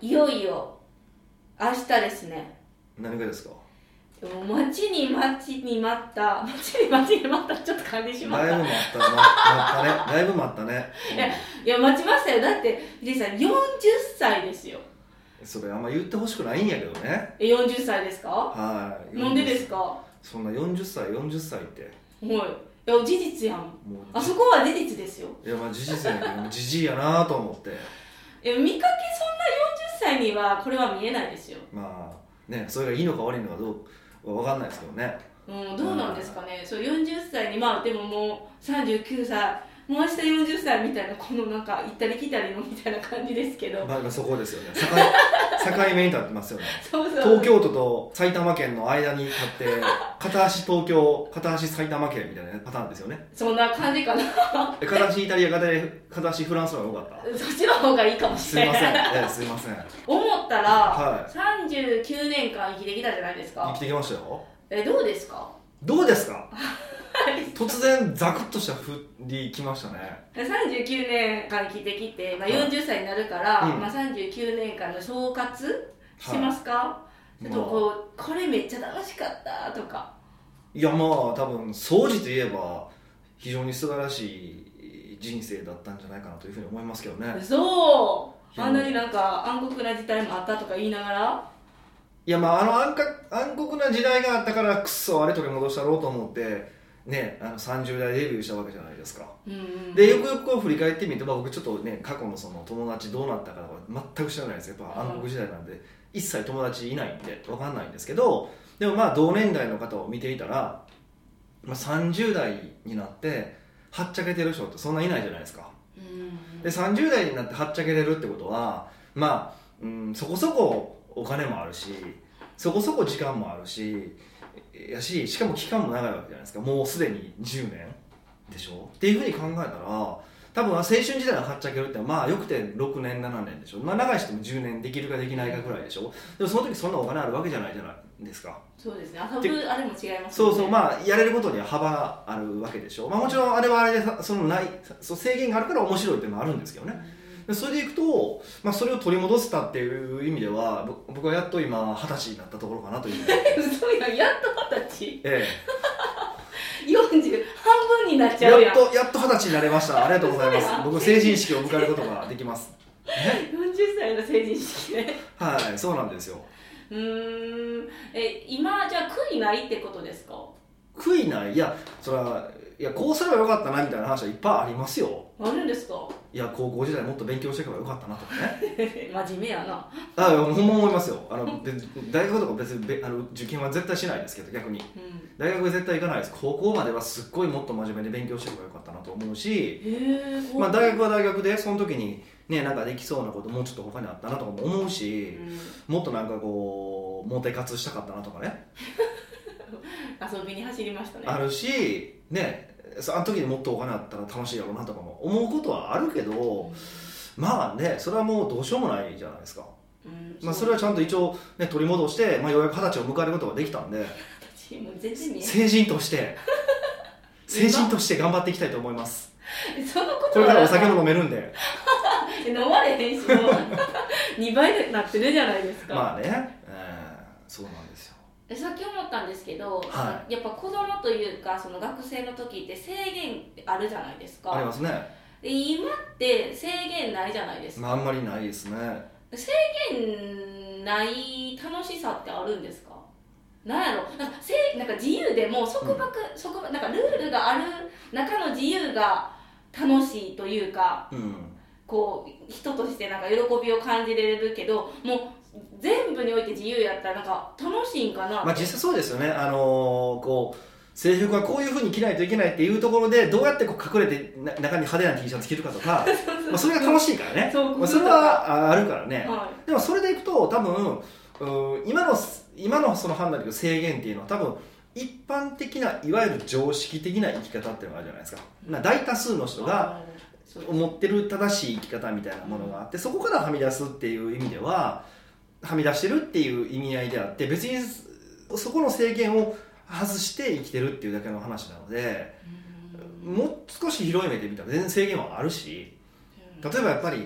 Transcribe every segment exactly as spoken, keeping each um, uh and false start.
いよいよ明日ですね。 何がですか？ でも待ちに待ちに待った待ちに待ちに待ったちょっと感じしまっただいぶ待った、ま、待ったねだいぶ待ったね、 いや、いや待ちましたよ。だってヒデさんよんじゅっさいですよ。 それあんま言ってほしくないんやけどね。 えよんじゅっさいですか？ はい。 なんでですか？ そんなよんじゅっさいよんじゅっさいってはい、いや事実やん。 もうあそこは事実ですよ。 いやまあ事実やけどじじいやなと思って。 いや見かけそんなよんじゅっさいにはこれは見えないですよ。 まあね、それがいいのか悪いのかどうわかんないですけどね。 うん、どうなんですかね。そうよんじゅっさいにまあでももうさんじゅうきゅうさいもう明日よんじゅっさいみたいなこのなんか行ったり来たりのみたいな感じですけど、 まあそこですよね。境, 境目に立ってますよね。 そうそう東京都と埼玉県の間に立って片足東京片足埼玉県みたいなパターンですよね。 そんな感じかなえ片足イタリア片足片足フランスの方が良かった。 そっちの方がいいかもしすいません、 れないええ、すいません。 思ったら、 はい、 さんじゅうきゅうねんかん生きてきたじゃないですか。 生きてきましたよ。 えどうですか？ どうですか突然ザクッとした振りきましたね。 さんじゅうきゅうねんかん生きてきて、まあ、よんじゅっさいになるから、 うんまあ、さんじゅうきゅうねんかんの総括しますか？はい、ちょっとこう、まあ、これめっちゃ楽しかったとか。 いやまあ多分総じて言えば非常に素晴らしい人生だったんじゃないかなというふうに思いますけどね。 そうあんなになんか暗黒な時代もあったとか言いながら、 いやまああの暗暗黒な時代があったからくっそあれ取り戻したろうと思ってね、あのさんじゅう代デビューしたわけじゃないですか。 うんうん、 でよくよくこう振り返ってみて、まあ、僕ちょっとね過去のその友達どうなったかは全く知らないです。やっぱ暗黒時代なんで、うん、一切友達いないんで分かんないんですけど、でもまあ同年代の方を見ていたら、まあ、さんじゅう代になってはっちゃけてる人ってそんないないじゃないですか。でさんじゅう代になってはっちゃけてるってことはまあ、うん、そこそこお金もあるしそこそこ時間もあるしやし、しかも期間も長いわけじゃないですか。もうすでにじゅうねんでしょっていうふうに考えたら多分青春時代のはっちゃけるってまあよくてろくねんななねんでしょ。まあ長いしてもじゅうねんできるかできないかぐらいでしょ。でもその時そんなお金あるわけじゃないじゃないですか。 そうですね、遊ぶあれも違いますよね。 そうそう、まあやれることには幅があるわけでしょ。まあもちろんあれはあれでそのないその制限があるから面白いっていうのもあるんですけどね、うん、それでいくと、まあ、それを取り戻せたっていう意味では僕はやっと今二十歳になったところかなという嘘やん、やっと二十歳、 ええ、よんじゅう半分になっちゃうやん。 やっとやっと二十歳になれました。ありがとうございます。僕成人式を迎えることができますよんじゅっさいの成人式ね。 はい、そうなんですよ。 うーん、え今じゃあ悔いないってことですか？ 悔いない？いやそれはいやこうすればよかったなみたいな話はいっぱいありますよ。 あるんですか？ いや高校時代もっと勉強していけばよかったなとかね真面目やな。 あほんま思いますよ。あの大学とか別にあの受験は絶対しないですけど逆に、うん、大学は絶対行かないです。高校まではすっごいもっと真面目に勉強していけばよかったなと思うし、 へまあ、大学は大学でその時にねなんかできそうなこともうちょっと他にあったなとかも思うし、うん、もっとなんかこうモテ活したかったなとかね遊びに走りましたね。 あるしね、あの時にもっとお金あったら楽しいやろうなとかも思うことはあるけど、うん、まあねそれはもうどうしようもないじゃないですか、うんまあ、それはちゃんと一応、ね、取り戻して、まあ、ようやく二十歳を迎えることができたんでもう全然見えない成人として成人として頑張っていきたいと思います。 そのことこれからお酒も飲めるんで飲まれへんしもうにばいになってるじゃないですか。 まあね、えー、そうなんですよ。 さっき思ったんですけど、 はい、 やっぱ子供というかその学生の時って制限ってあるじゃないですか。 ありますね。 で今って制限ないじゃないですか、 まあ、あんまりないですね。 制限ない楽しさってあるんですか？なんやろなんかせなんか自由でも束縛、うん、束縛なんかルールがある中の自由が楽しいというか、うん、こう人としてなんか喜びを感じれるけどもう全部において自由やったらなんか楽しいんかな。 まあ実際そうですよね。あのー、こう制服はこういう風に着ないといけないっていうところでどうやってこう隠れてな中に派手な T シャツ着るかとかまあそれが楽しいからねそ, まあそれはあるからね、はい、でもそれでいくと多分今の今のその判断で制限っていうのは多分一般的ないわゆる常識的な生き方っていうのがあるじゃないですか、うん、大多数の人が思ってる正しい生き方みたいなものがあって、そこからはみ出すっていう意味でははみ出してるっていう意味合いであって別にそこの制限を外して生きてるっていうだけの話なので、もう少し広い目で見たら全然制限はあるし、例えばやっぱり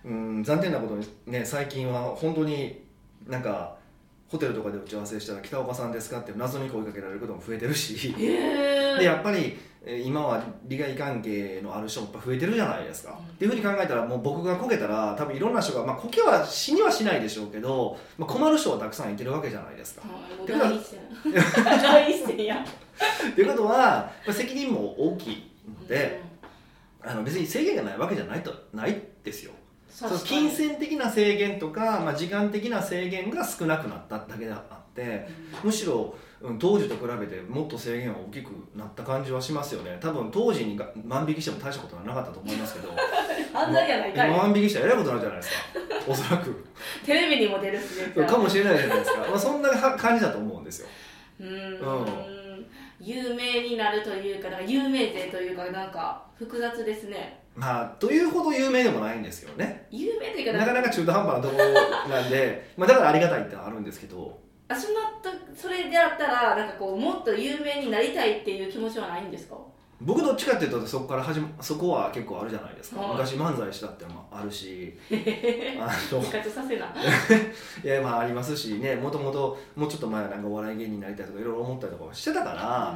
うん残念なことにね最近は本当になんかホテルとかで打ち合わせしたら北岡さんですかって謎に声かけられることも増えてるし、 へーでやっぱり今は利害関係のある人もやっぱ増えてるじゃないですか、うん、っていうふうに考えたらもう僕がこけたら多分いろんな人が、まあ、こけは死にはしないでしょうけど、まあ、困る人はたくさんいてるわけじゃないですか。 第一線第一線やということは責任も大きいので、うん、あの別に制限がないわけじゃないとないですよ。その金銭的な制限とか、まあ、時間的な制限が少なくなっただけであって、うん、むしろ、うん、当時と比べてもっと制限は大きくなった感じはしますよね。多分当時に万引きしても大したことはなかったと思いますけど犯罪じゃないかい。 今万引きしたらえらいことになるじゃないですかおそらくテレビにも出るしねかもしれないじゃないですか、まあ、そんな感じだと思うんですよ。 うーん、うん、有名になるというか、有名税というかなんか複雑ですね。 まあというほど有名でもないんですよね。 有名というかなかなか中途半端なところなんでまあだからありがたいってのはあるんですけど、 あそのとそれであったらなんかこうもっと有名になりたいっていう気持ちはないんですか？ 僕どっちかっていうとそこから始まそこは結構あるじゃないですか、 はい、 昔漫才したってのもあるしあの復活させないやまあありますしね、もともともうちょっと前はなんかお笑い芸人になりたいとかいろいろ思ったりとかしてたから、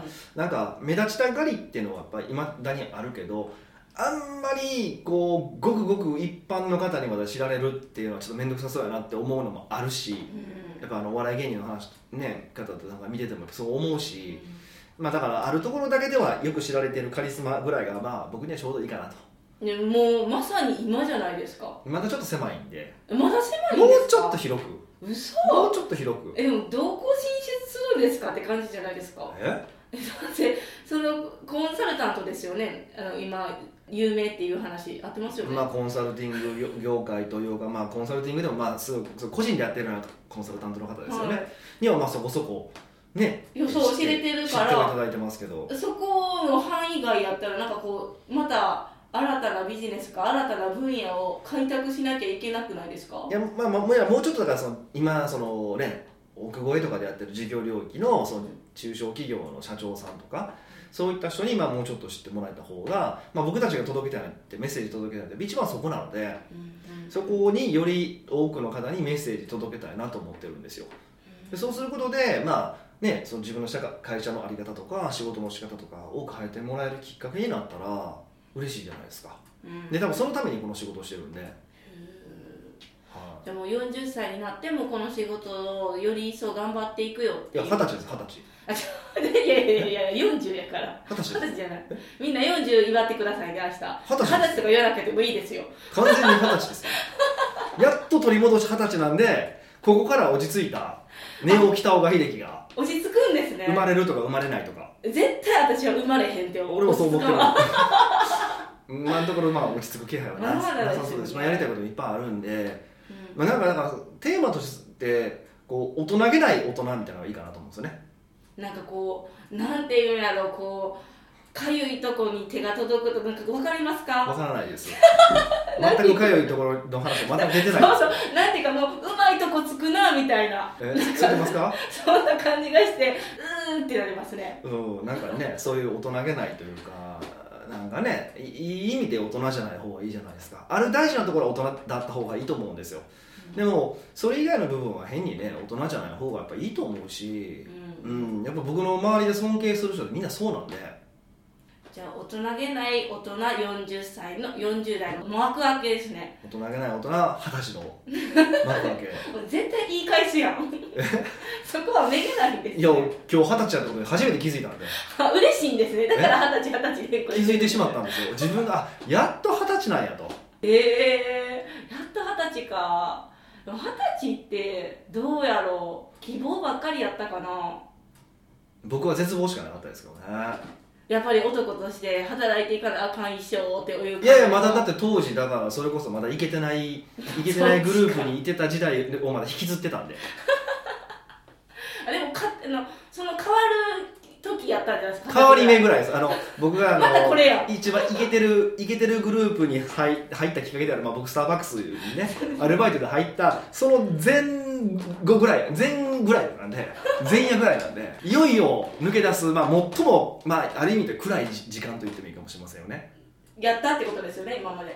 うん、なんか目立ちたがりっていうのはやっぱり未だにあるけど、あんまりこうごくごく一般の方にまで知られるっていうのはちょっと面倒くさそうやなって思うのもあるし、うん、やっぱあのお笑い芸人の話ね方となんか見ててもそう思うし、うん、まあだからあるところだけではよく知られてるカリスマぐらいがまあ僕にはちょうどいいかなと。 ね、もうまさに今じゃないですか。 まだちょっと狭いんで。 まだ狭いんですか？ もうちょっと広く。 嘘？ もうちょっと広く。 えでもどこ進出するんですかって感じじゃないですか。 え？ だってそのコンサルタントですよね。あの今有名っていう話合ってますよね。 まあコンサルティング業界というか、まあコンサルティングでもまあすごく個人でやってるようなコンサルタントの方ですよね。はい、にはまあそこそこね。 予想知れてるから。 知っていただいてますけど。 そこの範囲外やったらなんかこうまた。新たなビジネスか新たな分野を開拓しなきゃいけなくないですか？ いや、まあ、まあ、もうちょっとだからその今そのね奥越えとかでやってる事業領域 の, その中小企業の社長さんとかそういった人にまあもうちょっと知ってもらえた方が、まあ、僕たちが届けたいってメッセージ届けたいって一番そこなので、うんうん、そこにより多くの方にメッセージ届けたいなと思ってるんですよ。でそうすることでまあね、その自分の会社の在り方とか仕事の仕方とか多く変えてもらえるきっかけになったら嬉しいじゃないですか。うん、で多分そのためにこの仕事をしてるんで、はあ、でもよんじゅっさいになってもこの仕事をより一層頑張っていくよっていう。 いや二十歳です二十歳いやいやいやよんじゅうやから二十歳じゃないみんなよんじゅう祝ってくださいね明日。二十歳とか言わなくてもいいですよ。 完全に二十歳ですやっと取り戻し二十歳なんでここから落ち着いたネオ北岡秀樹が落ち着くんですね。 生まれるとか生まれないとか絶対私は生まれへんって思う。 俺もそう思ってる今のところまあ落ち着く気配はなさそうです、まあ、やりたいこといっぱいあるんで、うんまあ、なんかなんかテーマとしてこう大人げない大人みたいなのがいいかなと思うんですよね。 なんかこうなんていうんやろうこうかゆいとこに手が届くとなんか分かりますか？ 分からないです全くかゆいところの話まだ出てないそうそうなんていうかもううまいとこつくなみたいなえついてますか？ そんな感じがしてうーんってなりますね。 うんなんかねそういう大人げないというかなんかねいい意味で大人じゃない方がいいじゃないですか。ある大事なところは大人だった方がいいと思うんですよ、うん、でもそれ以外の部分は変にね大人じゃない方がやっぱいいと思うし、うんうん、やっぱ僕の周りで尊敬する人ってみんなそうなんで。 じゃあ大人げない大人よんじゅっさいのよんじゅう代の幕開けですね。 大人げない大人は二十歳の幕開け絶対言い返すやんそこはめげないんです、ね、 いや今日二十歳やったことで初めて気づいたんであ嬉しいんですね。だから二十歳二十歳で気づいてしまったんですよ自分がやっと二十歳なんやと。 ええー、やっと二十歳か。二十歳ってどうやろう希望ばっかりやったかな。 僕は絶望しかなかったですけどね。 やっぱり男として働いていかなあかん一生っていう。 いやいやまだだって当時だからそれこそまだイケてないイケてないグループにいてた時代をまだ引きずってたんであでもかあのその変わる時やったんじゃないですか。 変わり目ぐらいです。あの僕があのまたこれや一番イケてるイケてるグループに入入ったきっかけである、まあ、僕スターバックスにねアルバイトで入ったその前後ぐらい前ぐらいなんで前夜ぐらいなんでいよいよ抜け出す、まあ、最も、まあ、ある意味で暗い時間と言ってもいいかもしれませんよね。 やったってことですよね今まで。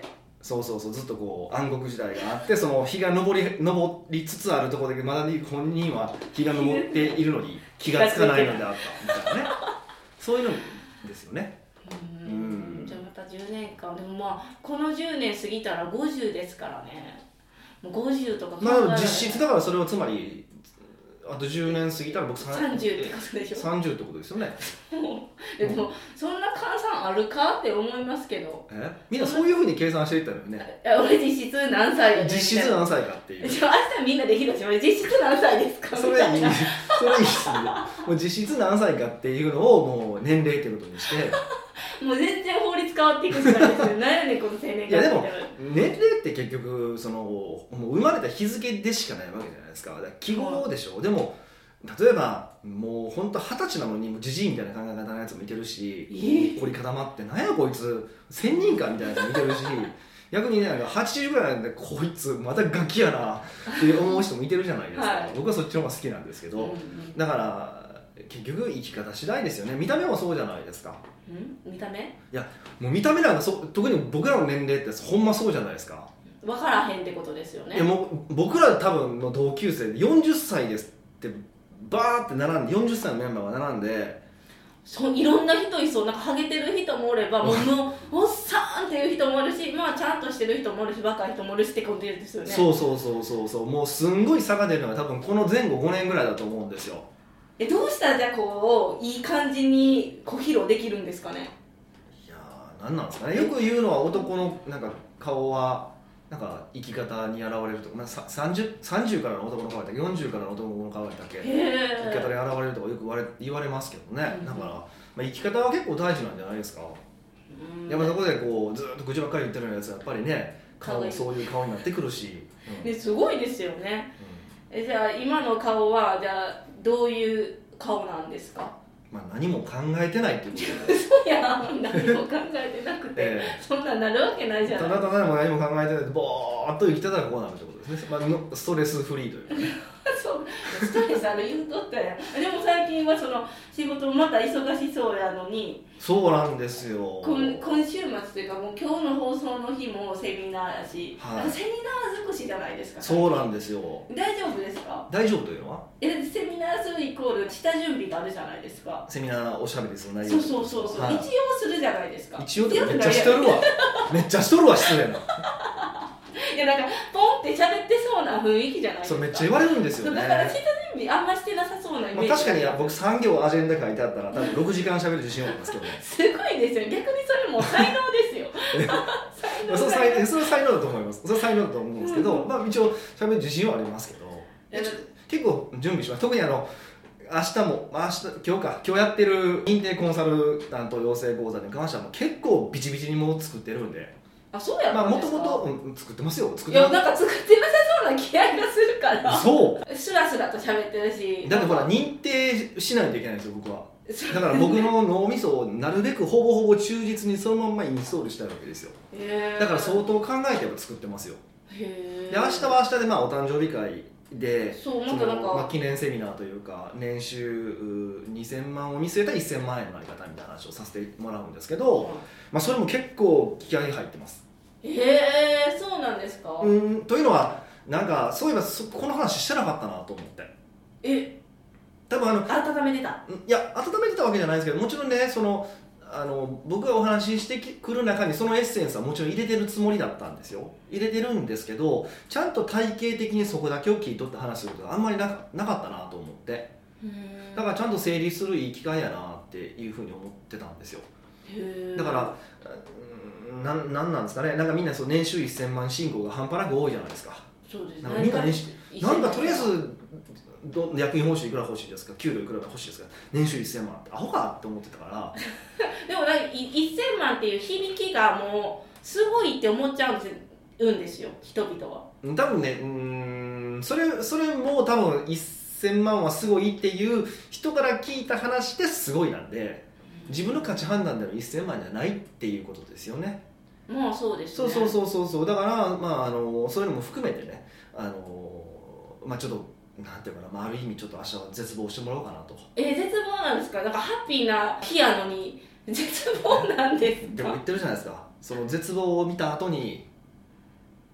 そうそうそう、ずっとこう暗黒時代があって、その日が昇り昇りつつあるところでまだに本人は日が昇っているのに気がつかないのであったみたいなねそういうのですよね。 うん、うん、じゃあまたじゅうねんかんでもまあこのじゅうねん過ぎたらごじゅうですからね。もうごじゅうとか考えられない。 まあ実質だからそれはつまりあとじゅうねん過ぎたら僕さんじゅうってことでしょ。 さんじゅうってことですよねでもそんな換算あるかって思いますけど。 えみんなそういうふうに計算していったのよね。 俺実質何歳やねん。 実質何歳かっていう。 明日みんなで広島で実質何歳ですか。 それいいそれいいっすね。もう実質何歳かっていうのをもう年齢っていうことにしてもう全然法律変わっていくじゃないですよ。何やねんこの青年いやでも年齢って結局そのもう生まれた日付でしかないわけじゃないですか。だから記号でしょ、うん、でも例えばもう本当二十歳なのにもうジジイみたいな考え方のやつもいてるし、えー、凝り固まってなんやこいつ仙人かみたいなやつもいてるし逆にねなんかはちじゅうぐらいなんでこいつまたガキやなって思う人もいてるじゃないですか、はい、僕はそっちの方が好きなんですけど、うんうん、だから結局生き方次第ですよね。見た目もそうじゃないですか。 ん見た目？ いやもう見た目なんかそ特に僕らの年齢ってほんまそうじゃないですか。 分からへんってことですよね。 いやもう僕ら多分の同級生でよんじゅっさいですってバーって並んでよんじゅっさいのメンバーが並んでそいろんな人いそう。なんかハゲてる人もおればもうおっさんっていう人もおるし、まあ、ちゃんとしてる人もおるし若い人もおるしってことですよね。 そうそうそうそうそう、もうすんごい差が出るのは多分この前後ごねんぐらいだと思うんですよ。 えどうしたらじゃあこういい感じにこう披露できるんですかね。 いやーなんなんですかね。よく言うのは男のなんか顔はなんか生き方に現れるとか、まあ、さんじゅう, さんじゅうからの男の顔やったっけよんじゅうからの男の顔やったっけ生き方に現れるとかよく言われ, 言われますけどね、うん、だから、まあ、生き方は結構大事なんじゃないですか。うん、やっぱそこでこうずっと口ばっかり言ってるようなやつはやっぱりね顔もそういう顔になってくるし、 うん、ですごいですよね、うん、えじゃあ今の顔はじゃあどういう顔なんですか。 まあ、何も考えてないっていうことじゃないですか。いや何も考えてなくて、ええ、そんなんなるわけないじゃない。 ただただ何も考えてないでボーっと生きてたらこうなるってことですね、まあ、ストレスフリーというか、ね、 そうストレスある言うとったやん。でも最近はその仕事もまた忙しそうやのに。 そうなんですよ。 今, 今週末というかもう今日の放送の日もセミナーやし、はい、セミナー尽くしじゃないですか。 そうなんですよ。 大丈夫ですか。 大丈夫というのはえセミナーするイコール下準備があるじゃないですか。 セミナーおしゃべりする内容。 そうそうそうそう、はい、一応するじゃないですか。 一応ってめっちゃしとるわめっちゃしとるわ失礼な。 いやなんかポンって喋ってそうな雰囲気じゃないですか。 そうめっちゃ言われるんですよね。 だから下準備あんましてなさそうなイメージ、 まあ、確かに僕さん行アジェンダ書いてあったら多分ろくじかん喋る自信はありますけどねすごいですよ。逆にそれも才能ですよ才能。 それ才それ才能だと思います。それ才能だと思うんですけど、うん、まあ一応喋る自信はありますけど結構準備します。特にあの明日も明日今日か今日やってる認定コンサルタント養成講座に関してはもう結構ビチビチにもう作ってるんで。 あ、そうやったんですか。 まあもともと作ってますよ。作ってます。 いやなんか作ってなさそうな気合がするから。 そうスラスラと喋ってるし。 だってほら認定しないといけないんですよ僕は。だから僕の脳みそをなるべくほぼほぼ忠実にそのまんまインストールしたいわけですよ。へだから相当考えて作ってますよ。へで明日は明日でまあお誕生日会でそうなんかなんか、 まあ、記念セミナーというか年収にせんまんを見据えたいっせんまんえんのあり方みたいな話をさせてもらうんですけど、うん、まあ、それも結構気合い入ってます。 へえ、そうなんですか。 うんというのはなんかそういえばこの話してなかったなと思って。 え多分あの温めてた。 いや温めてたわけじゃないですけどもちろんねそのあの僕がお話ししてくる中にそのエッセンスはもちろん入れてるつもりだったんですよ。入れてるんですけどちゃんと体系的にそこだけを切り取って話することがあんまり な, なかったなと思って、だからちゃんと整理するいい機会やなっていうふうに思ってたんですよ。だからな ん, なんなんですかね、なんかみんなそう年収いっせんまん進行が半端なく多いじゃないですか。 そうですね。 なんかみんな年収なんかとりあえずど役員報酬いくら欲しいですか、給料いくら欲しいですか、年収いっせんまんってアホかって思ってたからでもなんかいっせんまんっていう響きがもうすごいって思っちゃうんですよ人々は。 多分ねうーんそれそれも多分いっせんまんはすごいっていう人から聞いた話ですごいなんで、自分の価値判断でのいっせんまんじゃないっていうことですよね。 まあそうですね。 そうそうそうそうだからまああのそういうのも含めてねあのまあちょっとなんていうかな、まあ、ある意味ちょっと明日は絶望してもらおうかなと。 えー、絶望なんですか。なんかハッピーな日やのに絶望なんですか。 でも言ってるじゃないですか、その絶望を見た後に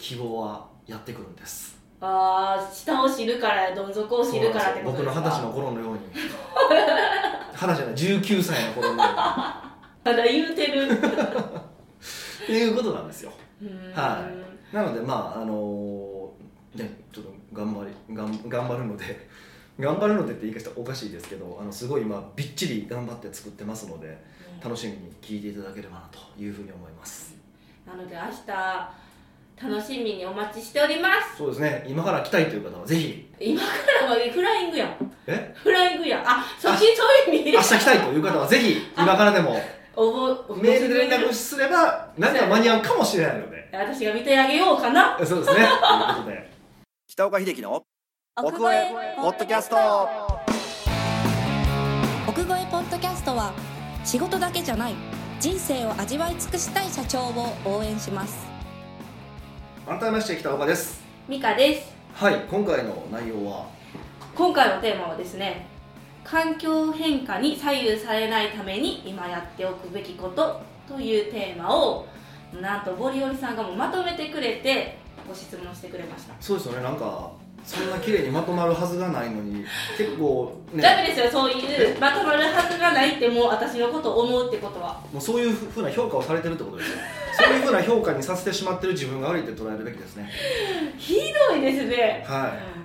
希望はやってくるんです。 ああ、下を知るからどん底を知るからってことですか。 僕の二十歳の頃のように二十歳じゃないじゅうきゅうさいの頃のようにまだ言うてるっていうことなんですよ。はい、なのでまああのー、ねちょっと頑張りがん頑張るので頑張るのでって言い方おかしいですけど、あのすごい今びっちり頑張って作ってますので、うん、楽しみに聞いていただければなというふうに思います。 なので明日楽しみにお待ちしております。 そうですね、今から来たいという方はぜひ。 今からはフライングやん。 えフライングやん。あ、そっちそういう意味。 明日来たいという方はぜひ今からでもおぼメールで連絡すれば何か間に合うかもしれないので、 私が見てあげようかな。 そうですねということで、北岡秀樹の奥越えポッドキャスト。 奥越えポッドキャストは仕事だけじゃない人生を味わい尽くしたい社長を応援します。 改めまして北岡です。 美香です。 はい、今回の内容は今回のテーマはですね、環境変化に左右されないために今やっておくべきことというテーマをなんとボリオリさんがもうまとめてくれてご質問してくれました。 そうですよね、なんかそんな綺麗にまとまるはずがないのに結構ね、 ダメですよ、そういうまとまるはずがないってもう私のことを思うってことはもうそういうふうな評価をされてるってことですよそういうふうな評価にさせてしまってる自分が悪いって捉えるべきですね。 ひどいですね。 はい、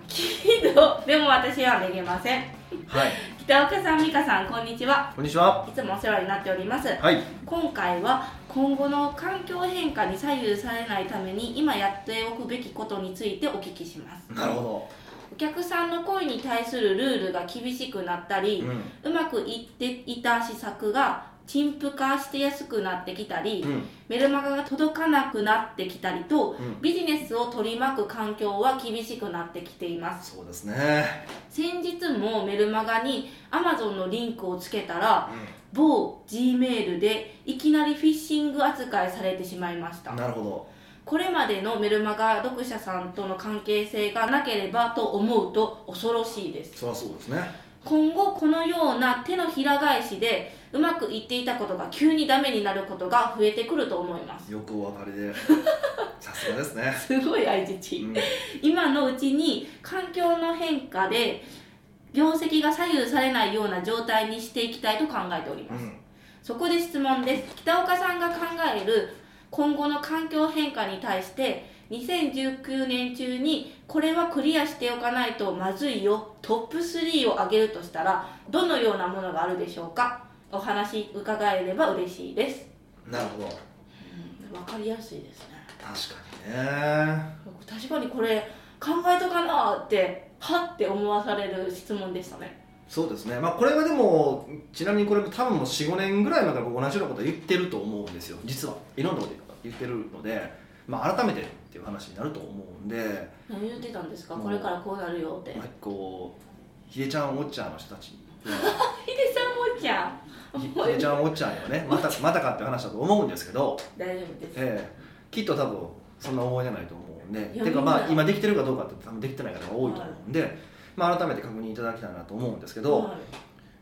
ひどい。でも私はめげません。 はい、 北岡さん、美香さん、こんにちは。 こんにちは。 いつもお世話になっております。 はい、 今回は今後の環境変化に左右されないために今やっておくべきことについてお聞きします。 なるほど。 お客さんの声に対するルールが厳しくなったり、うん、うまくいっていた施策が陳腐化してやすくなってきたり、うん、メルマガが届かなくなってきたりと、うん、ビジネスを取り巻く環境は厳しくなってきています。 そうですね。 先日もメルマガに Amazon のリンクをつけたら、うん、某 G メールでいきなりフィッシング扱いされてしまいました。 なるほど。 これまでのメルマガ読者さんとの関係性がなければと思うと恐ろしいです。 そりゃそうですね。 今後このような手のひら返しでうまくいっていたことが急にダメになることが増えてくると思います。 よくお分かりでさすがですね。 すごい相づち、うん、今のうちに環境の変化で業績が左右されないような状態にしていきたいと考えております、うん、そこで質問です。北岡さんが考える今後の環境変化に対してにせんじゅうきゅうねん中にこれはクリアしておかないとまずいよトップスリーを挙げるとしたらどのようなものがあるでしょうか。お話伺えれば嬉しいです。 なるほど、 うん、分かりやすいですね。 確かにね。 確かにこれ考えとかなってはって思わされる質問でしたね。 そうですね、まあ、これはでもちなみにこれ多分もう よん,ご 年ぐらい前から僕同じようなこと言ってると思うんですよ。実はいろんなこと言ってるので、まあ、改めてっていう話になると思うんで。 何言ってたんですか。これからこうなるよって、 まあ、こうヒデちゃんウォッチャーの人たちヒデさんウォッチャーヒデちゃんウォッチャーにはねまたまたかって話だと思うんですけど、 大丈夫です、 えー、きっと多分そんな思いじゃないと思うんで、てかまあ今できてるかどうかって多分できてない方が多いと思うんで、はい、まあ、改めて確認いただきたいなと思うんですけど、はい、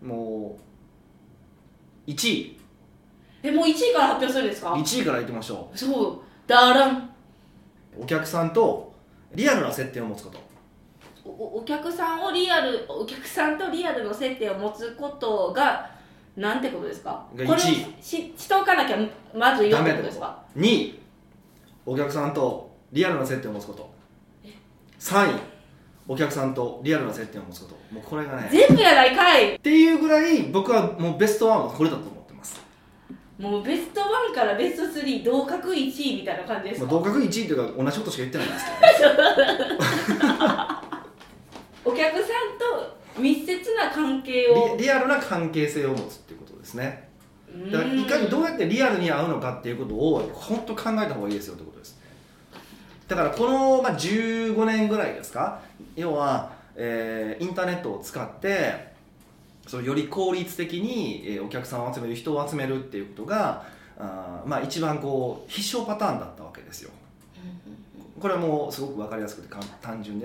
もういちいえもういちいから発表するんですか。 いちいからいきましょう。そうだらん。 お客さんとリアルな接点を持つこと。 お, お客さんをリアルお客さんとリアルの接点を持つことがなんてことですか。 がいちいこれを し, しておかなきゃまずいよってことですか。 にいお客さんとリアルな接点を持つこと。さんいお客さんとリアルな接点を持つこと。もうこれがね全部やないかいっていうぐらい僕はもうベストワンはこれだと思ってます。 もうベストワンからベストスリー同格いちいみたいな感じですか。 同格いちいというか同じことしか言ってないんですけど、ね、 お客さんと密接な関係をリ, リアルな関係性を持つっていうことですね。だからいかにどうやってリアルに会うのかっていうことを本当考えた方がいいですよってことです。だからこの、まあ、じゅうごねんぐらいですか、要は、えー、インターネットを使ってそのより効率的に、えー、お客さんを集める人を集めるっていうことがあ、まあ、一番こう必勝パターンだったわけですよ。これはもうすごく分かりやすくて単純でね。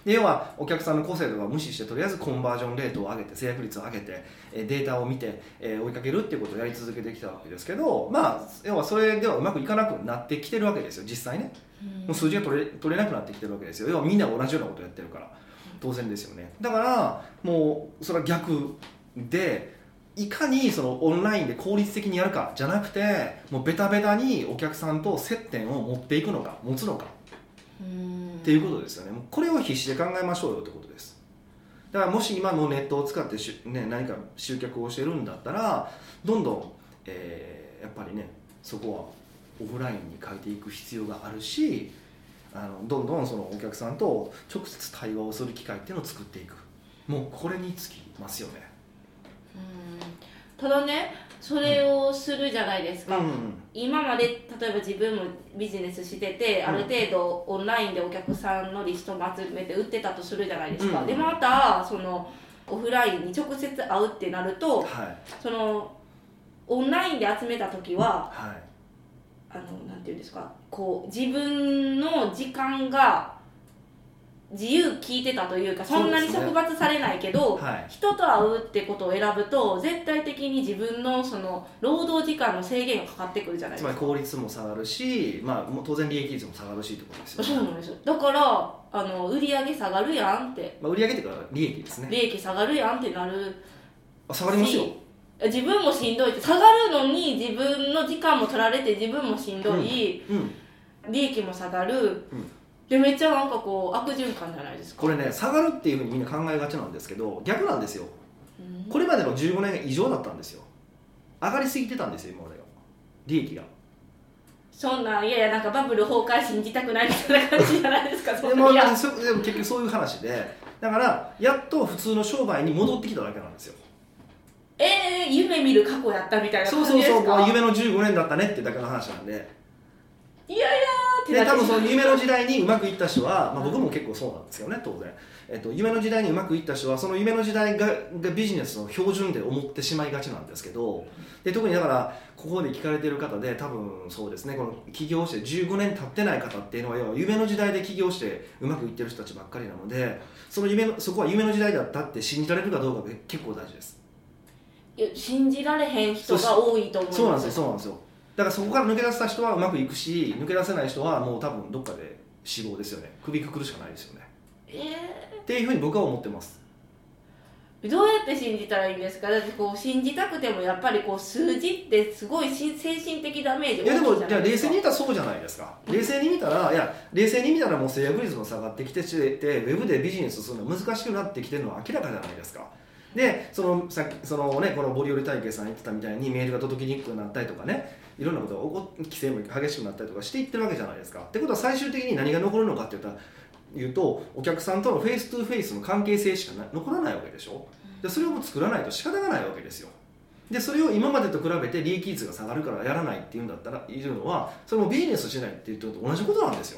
で要はお客さんの個性とかを無視してとりあえずコンバージョンレートを上げて制約率を上げてデータを見て追いかけるっていうことをやり続けてきたわけですけど、まあ要はそれではうまくいかなくなってきてるわけですよ実際ね。もう数字が取れ、取れなくなってきてるわけですよ。要はみんな同じようなことをやってるから当然ですよね。だからもうそれは逆で、いかにそのオンラインで効率的にやるかじゃなくて、もうベタベタにお客さんと接点を持っていくのか持つのかっていうことですよね。もうこれを必死で考えましょうよってことです。だからもし今もネットを使ってし、ね、何か集客をしてるんだったらどんどん、えー、やっぱりねそこはオフラインに変えていく必要があるし、あのどんどんそのお客さんと直接対話をする機会っていうのを作っていく。もうこれにつきますよね。 うんただねそれをするじゃないですか、うんうん、今まで例えば自分もビジネスしてて、うん、ある程度オンラインでお客さんのリストも集めて売ってたとするじゃないですか、うん、でまたそのオフラインに直接会うってなると、はい、そのオンラインで集めた時は、はい、あのなんていうんですかこう自分の時間が自由聞いてたというかそんなに束縛されないけど、ねはい、人と会うってことを選ぶと絶対的に自分のその労働時間の制限がかかってくるじゃないですか。 つまり効率も下がるし、まあ、もう当然利益率も下がるしってことですよね。 そうなんですよ。だからあの売り上げ下がるやんって、 まあ、売り上げっていうか利益ですね。 利益下がるやんってなる。 あ下がりますよ。 自分もしんどいって下がるのに自分の時間も取られて自分もしんどい、うんうん、利益も下がる、うんでめっちゃなんかこう悪循環じゃないですか。 これね下がるっていうふうにみんな考えがちなんですけど逆なんですよ、うん、これまでのじゅうごねん以上だったんですよ。上がりすぎてたんですよ今までが利益が。 そんないやいやなんかバブル崩壊信じたくないみたいな感じじゃないですかそでもでも結局そういう話でだからやっと普通の商売に戻ってきただけなんですよ。 えー、夢見る過去やったみたいな感じですか。 そうそうそう夢のじゅうごねんだったねってだけの話なんでいやいやで多分その夢の時代にうまくいった人は、まあ、僕も結構そうなんですよね当然、えっと、夢の時代にうまくいった人はその夢の時代ががビジネスの標準で思ってしまいがちなんですけどで特にだからここで聞かれている方で多分そうですねこの起業してじゅうごねん経ってない方っていうのは要は夢の時代で起業してうまくいってる人たちばっかりなのでその夢のそこは夢の時代だったって信じられるかどうかが結構大事です。 いや信じられへん人が多いと思うんですよ。 そうなんですよそうなんですよ。だからそこから抜け出した人はうまくいくし抜け出せない人はもう多分どっかで死亡ですよね。首くくるしかないですよね、 えー、 っていうふうに僕は思ってます。 どうやって信じたらいいんですか。だってこう信じたくてもやっぱりこう数字ってすごい精神的ダメージ大きいじゃないですか。いやでもじゃあ冷静に見たらそうじゃないですか。冷静に見たらいや冷静に見たらもう制約率も下がってきててウェブでビジネスするの難しくなってきてるのは明らかじゃないですか。でそのさっきその、ね、このボリオリ体系さん言ってたみたいにメールが届きにくくなったりとかねいろんなことが起こっ規制も激しくなったりとかしていってるわけじゃないですか。ってことは最終的に何が残るのかって言ったら言うとお客さんとのフェイストゥフェイスの関係性しかな残らないわけでしょ。でそれをも作らないと仕方がないわけですよ。でそれを今までと比べて利益率が下がるからやらないっていうんだったらいるのはそれもビジネスしないっていうのと同じことなんですよ。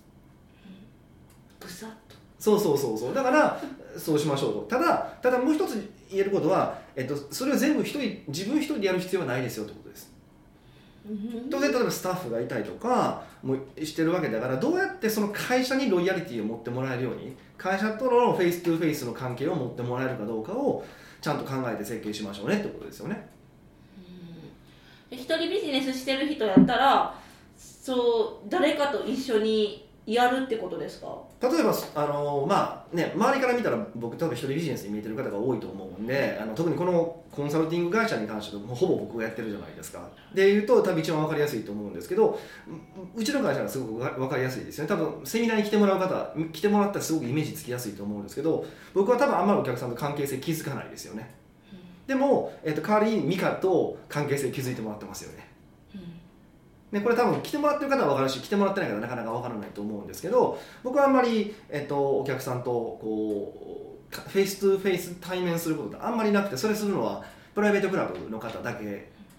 ブサッとそうそうそうそうだからそうしましょうと。ただただもう一つ言えることは、えっと、それを全部一人自分一人でやる必要はないですよってことです。当然例えばスタッフがいたりとかもしてるわけだからどうやってその会社にロイヤリティを持ってもらえるように会社とのフェイストゥフェイスの関係を持ってもらえるかどうかをちゃんと考えて設計しましょうねってことですよね。 うん一人ビジネスしてる人やったらそう誰かと一緒にやるってことですか。 例えばあの、まあね、周りから見たら僕多分一人ビジネスに見えてる方が多いと思うんであの特にこのコンサルティング会社に関してはほぼ僕がやってるじゃないですか。でいうと多分一番分かりやすいと思うんですけどうちの会社はすごく分かりやすいですよね。多分セミナーに来てもらう方来てもらったらすごくイメージつきやすいと思うんですけど僕は多分あんまりお客さんと関係性気づかないですよね、うん、でも、えー、と代わりにミカと関係性気づいてもらってますよね。でこれ多分来てもらってる方は分かるし来てもらってない方はなかなか分からないと思うんですけど僕はあんまり、えっと、お客さんとこうフェイストゥフェイス対面することってあんまりなくてそれするのはプライベートクラブの方だけ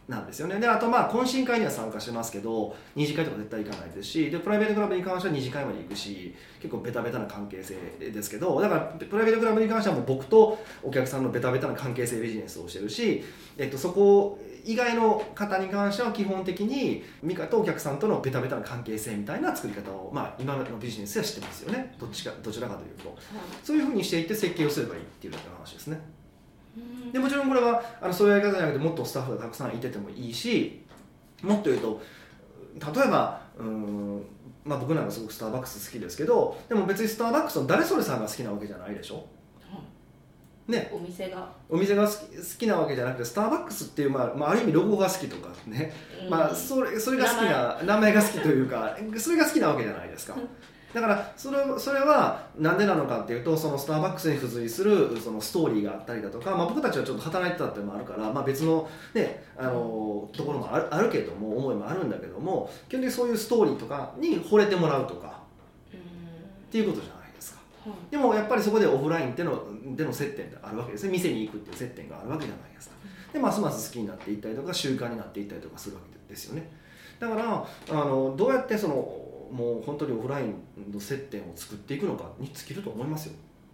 なんですよね。であとまあ懇親会には参加してますけど二次会とか絶対行かないですし、でプライベートクラブに関しては二次会まで行くし、結構ベタベタな関係性ですけど、だからプライベートクラブに関してはもう僕とお客さんのベタベタな関係性ビジネスをしてるし、えっと、そこ以外の方に関しては基本的にミカとお客さんとのベタベタな関係性みたいな作り方を、まあ、今のビジネスはしてますよね。どっちかどちらかというと、はい、そういうふうにしていって設計をすればいいっていうような話ですね。でもちろんこれはあのそういうやり方じゃなくてもっとスタッフがたくさんいててもいいし、もっと言うと例えばうーん、まあ、僕なんかすごくスターバックス好きですけど、でも別にスターバックスの誰それさんが好きなわけじゃないでしょ、ね、 お店がお店が好き、好きなわけじゃなくてスターバックスっていう、まあまあ、ある意味ロゴが好きとかね、うん、まあ、それ、それが好きな名前が好きというかそれが好きなわけじゃないですか。だからそれ、それはなんでなのかっていうと、そのスターバックスに付随するそのストーリーがあったりだとか、まあ、僕たちはちょっと働いてたっていうのもあるから、まあ、別の、ね、あのところもある、あるけども思いもあるんだけども、基本的にそういうストーリーとかに惚れてもらうとかっていうことじゃないですか。でもやっぱりそこでオフラインでの、での接点ってあるわけですね。店に行くっていう接点があるわけじゃないですか。でますます好きになっていったりとか習慣になっていったりとかするわけですよね。だからあのどうやってそのもう本当にオフラインの接点を作っていくのかに尽きると思いますよ。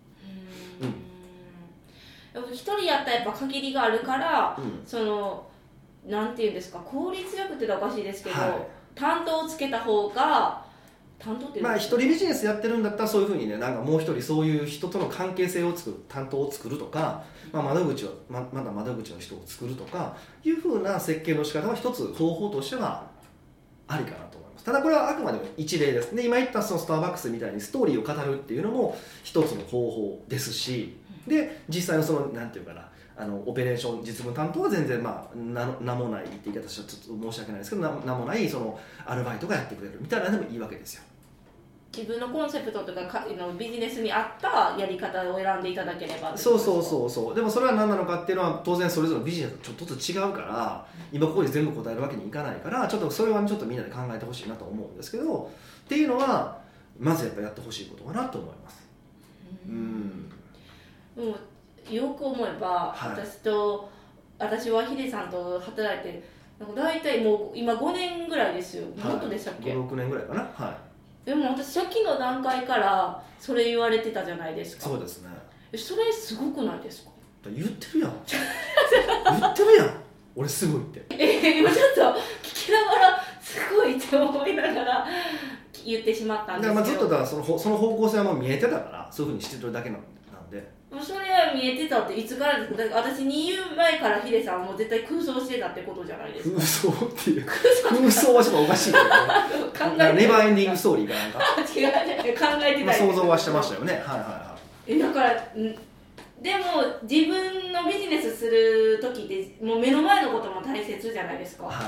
うん、一人やったらやっぱ限りがあるから、 うん、 そのなんていうんですか、効率よくって言うとおかしいですけど、 はい、 担当をつけた方が担当っていうまあ一人ビジネスやってるんだったらそういうふうにね、なんかもう一人そういう人との関係性を作る担当を作るとか、まあ、窓口を ま, まだ窓口の人を作るとかいうふうな設計の仕方は一つ方法としてはありかなと思います。ただこれはあくまでも一例です。で今言ったそのスターバックスみたいにストーリーを語るっていうのも一つの方法ですし、で実際のそのなんていうかな、あのオペレーション実務担当は全然まあ 名, 名もないって言い方したらちょっと申し訳ないですけど、 名, 名もないそのアルバイトがやってくれるみたいなのでもいいわけですよ。 自分のコンセプトとかかのビジネスに合ったやり方を選んでいただければ。 そうそうそうそう。でもそれは何なのかっていうのは当然それぞれのビジネスとちょっとずつ違うから、今ここで全部答えるわけにいかないから、ちょっとそれはちょっとみんなで考えてほしいなと思うんですけど、っていうのはまずやっぱやってほしいことかなと思います。うん。 うん、よく思えば、はい、私と私はヒデさんと働いてなんか大体もう今ごねんぐらいですよ。もっとでしたっけ？ ご、ろくねんぐらいかな。はい。 でも私初期の段階からそれ言われてたじゃないですか。 そうですね。 それすごくないですか？ 言ってるやん言ってるやん俺すごいって。 え今ちょっと聞きながらすごいって思いながら言ってしまったんですけど、 だからまあずっとだからその、その方向性はもう見えてたからそういうふうにしてるだけなんで。 それは見えてたっていつからですか？私に言う前からヒデさんはもう絶対空想してたってことじゃないですか。 空想っていう空想はちょっとおかしいけどね考えネバーエンディングストーリーかなんか違う考えてた、 まあ、想像はしてましたよね。はいはいはい。 えだからでも自分のビジネスする時ってもう目の前のことも大切じゃないですか、 はい、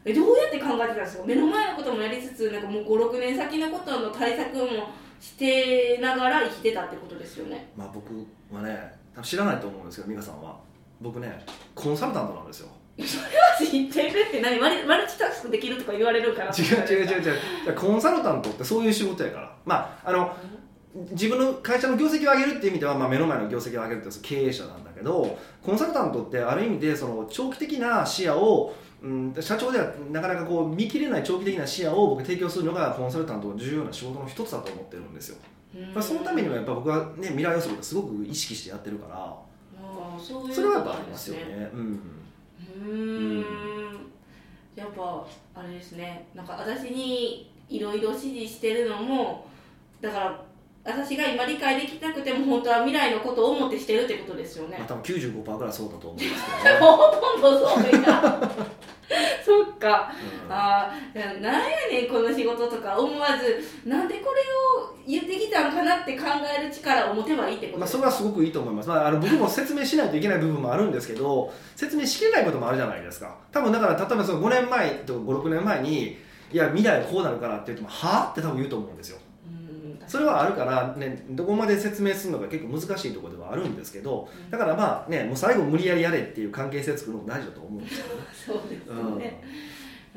えどうやって考えてたんですか？目の前のこともやりつつなんかもうご、ろくねん先のことの対策もしてながら生きてたってことですよね。 まあ僕はね多分知らないと思うんですけど、美香さんは僕ねコンサルタントなんですよ。 それは知ってるって何マル、マルチタスクできるとか言われるから。 違う違う違う違うコンサルタントってそういう仕事やから、まああの自分の会社の業績を上げるっていう意味では、まあ、目の前の業績を上げるって経営者なんだけど、コンサルタントってある意味でその長期的な視野を、うん、社長ではなかなかこう見切れない長期的な視野を僕提供するのがコンサルタントの重要な仕事の一つだと思ってるんですよ。まあ、そのためにはやっぱ僕は、ね、未来予測をすごく意識してやってるから、あそういう、 それはやっぱありますよね。うん、 うーんやっぱあれですね、なんか私にいろいろ指示してるのもだから私が今理解できなくても本当は未来のことを思ってしてるってことですよね。 まあ、多分 きゅうじゅうごパーセント ぐらいそうだと思うんですけど、ね、 ほとんどそうやそっか、うん、あなんやねんこの仕事とか思わずなんでこれを言ってきたんかなって考える力を持てばいいってことですか？ まあ、それはすごくいいと思います。まあ、あの僕も説明しないといけない部分もあるんですけど説明しきれないこともあるじゃないですか。多分だから例えばそのごねんまえとかご、ろくねんまえにいや未来はこうなるからって言ってもはぁって多分言うと思うんですよ。それはあるからね、どこまで説明するのが結構難しいところではあるんですけど、だからまあね、もう最後無理やりやれっていう関係性作るのも大事だと思うんですよね。 そうですよね、うん、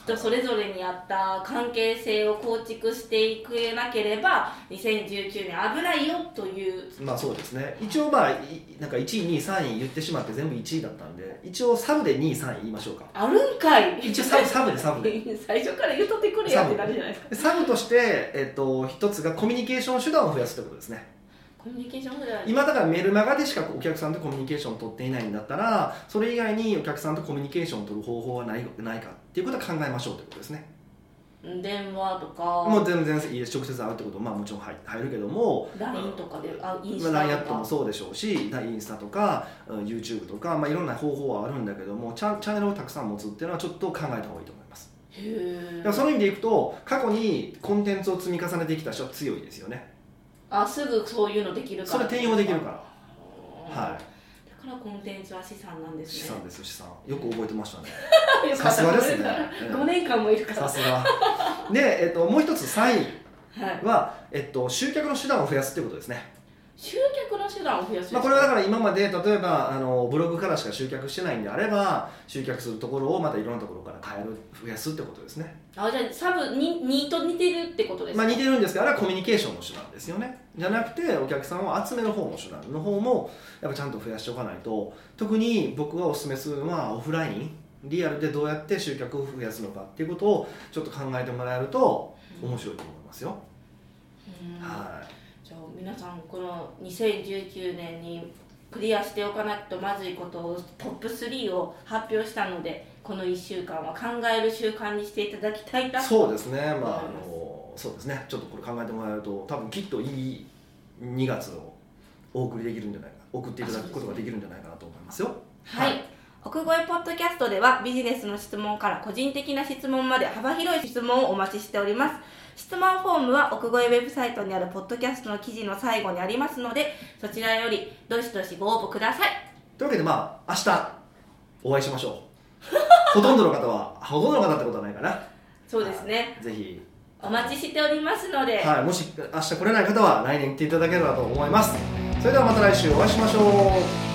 人それぞれに合った関係性を構築していくなければにせんじゅうきゅうねん危ないよという。 まあそうですね。一応まあなんかいちいにいさんい言ってしまって全部いちいだったんで、一応サブでにいさんい言いましょうか。 あるんかい。 一応サブサブでサブで最初から言うとってくれやってなるじゃないですか。 サブとして、えっと、一つがコミュニケーション手段を増やすということですね。 コミュニケーション手段。 今だからメルマガでしかお客さんとコミュニケーションを取っていないんだったら、それ以外にお客さんとコミュニケーションを取る方法はないないかっていうことを考えましょうということですね。 電話とかもう全然いいです。直接会うってこともまあもちろん入るけども、 ライン とかであインスタとか、 まあ、ライン アットもそうでしょうし、インスタとか YouTube とか、まあ、いろんな方法はあるんだけども、チャン、チャンネルをたくさん持つっていうのはちょっと考えた方がいいと思います。 へー。 だからその意味でいくと、過去にコンテンツを積み重ねてきた人は強いですよね。 あ、すぐそういうのできるから。 それ転用できるから。はい。 だからコンテンツは資産なんですね。 資産です、資産。よく覚えてましたね。 よかったさすがですね。 ごねんかんもいるから。 さすが。で、えっと、もう一つさんいはいは、えっと、集客の手段を増やすということですね。 集客の手段を増やす。 まあ、これはだから今まで例えばあのブログからしか集客してないんであれば、集客するところをまたいろんなところから変える、増やすってことですね。 あ、じゃあサブににと似てるってことですか。 まあ、似てるんですが、あれはコミュニケーションの手段ですよね。じゃなくてお客さんを集める方の手段の方もやっぱちゃんと増やしておかないと。特に僕がお勧めするのはオフラインリアルでどうやって集客を増やすのかっていうことをちょっと考えてもらえると面白いと思いますよ。 うん、 はい。 じゃあ皆さんこのにせんじゅうきゅうねんにクリアしておかなくてまずいことをトップスリーを発表したので、このいっしゅうかんは考える習慣にしていただきたいと。 そうですね。まああのそうですね。ちょっとこれ考えてもらえると多分きっといいにがつをお送りできるんじゃないか、送っていただくことができるんじゃないかなと思いますよ。 はい、はい。奥越ポッドキャストではビジネスの質問から個人的な質問まで幅広い質問をお待ちしております。質問フォームは奥越ウェブサイトにあるポッドキャストの記事の最後にありますので、そちらよりどしどしご応募ください。 というわけでまあ明日お会いしましょう。ほとんどの方はほとんどの方ってことはないかな。 そうですね。 ぜひお待ちしておりますので、 はい、もし明日来れない方は来年来ていただければと思います。それではまた来週お会いしましょう。